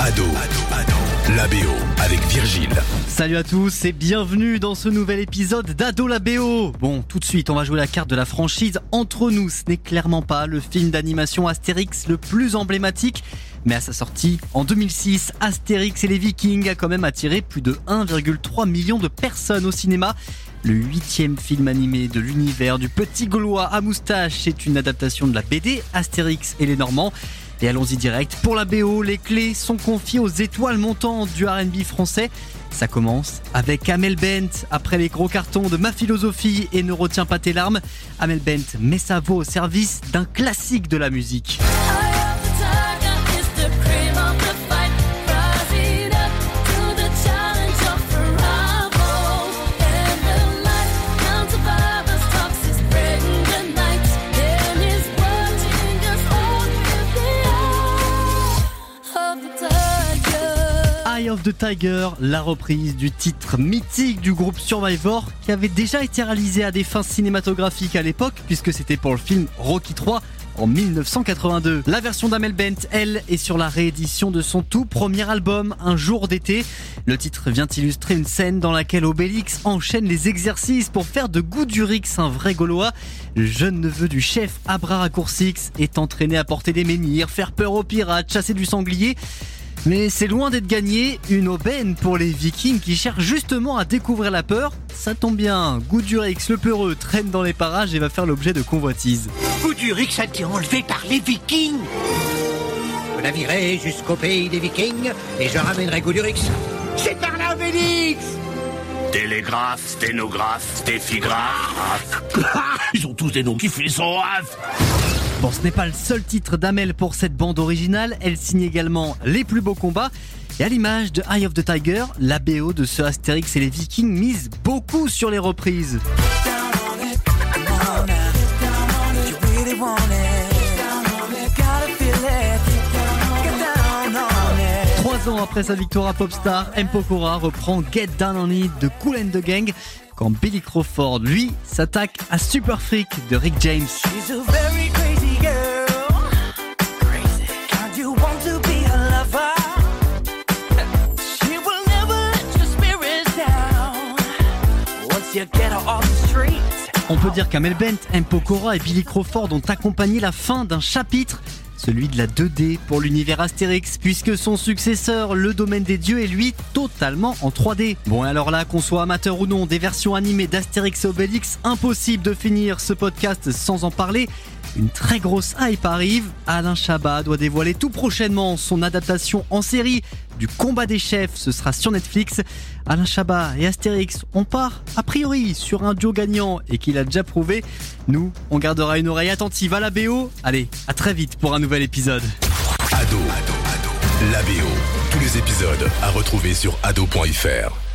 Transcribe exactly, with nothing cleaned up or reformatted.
Ado, Ado, Ado, la B O avec Virgile. Salut à tous et bienvenue dans ce nouvel épisode d'Ado la B O. Bon, tout de suite, on va jouer la carte de la franchise Entre nous. Ce n'est clairement pas le film d'animation Astérix le plus emblématique. Mais à sa sortie, en deux mille six, Astérix et les Vikings a quand même attiré plus de un virgule trois million de personnes au cinéma. Le huitième film animé de l'univers du petit Gaulois à moustache est une adaptation de la B D Astérix et les Normands. Et allons-y direct. Pour la B O, les clés sont confiées aux étoiles montantes du R and B français. Ça commence avec Amel Bent. Après les gros cartons de Ma philosophie et Ne retiens pas tes larmes, Amel Bent met sa voix au service d'un classique de la musique. Eye of the Tiger, la reprise du titre mythique du groupe Survivor qui avait déjà été réalisé à des fins cinématographiques à l'époque puisque c'était pour le film Rocky trois en dix-neuf cent quatre-vingt-deux. La version d'Amel Bent, elle, est sur la réédition de son tout premier album, Un jour d'été. Le titre vient illustrer une scène dans laquelle Obélix enchaîne les exercices pour faire de Goudurix un vrai Gaulois. Le jeune neveu du chef à bras raccourcis est entraîné à porter des menhirs, faire peur aux pirates, chasser du sanglier. Mais c'est loin d'être gagné, une aubaine pour les Vikings qui cherchent justement à découvrir la peur. Ça tombe bien, Goudurix le peureux traîne dans les parages et va faire l'objet de convoitises. Goudurix a été enlevé par les Vikings. Je naviguerai jusqu'au pays des Vikings et je ramènerai Goudurix. C'est par là, Obélix. Télégraphe, sténographe, stéphographe. Ils ont tous des noms qui sont raf. Bon, ce n'est pas le seul titre d'Amel pour cette bande originale, elle signe également les plus beaux combats. Et à l'image de Eye of the Tiger, la B O de ce Astérix et les Vikings mise beaucoup sur les reprises. Trois ans après sa victoire à Popstar, M. Pokora reprend Get Down on It de Kool and the Gang, quand Billy Crawford, lui, s'attaque à Super Freak de Rick James. On peut dire qu'Amel Bent, M. Pokora et Billy Crawford ont accompagné la fin d'un chapitre, celui de la deux D pour l'univers Astérix, puisque son successeur, Le Domaine des Dieux, est lui totalement en trois D. Bon, alors là, qu'on soit amateur ou non des versions animées d'Astérix et Obélix, impossible de finir ce podcast sans en parler. Une très grosse hype arrive. Alain Chabat doit dévoiler tout prochainement son adaptation en série du Combat des chefs. Ce sera sur Netflix. Alain Chabat et Astérix, on part a priori sur un duo gagnant et qu'il a déjà prouvé. Nous, on gardera une oreille attentive à la B O. Allez, à très vite pour un nouvel épisode. Ado, Ado, Ado, la B O. Tous les épisodes à retrouver sur ado point f r.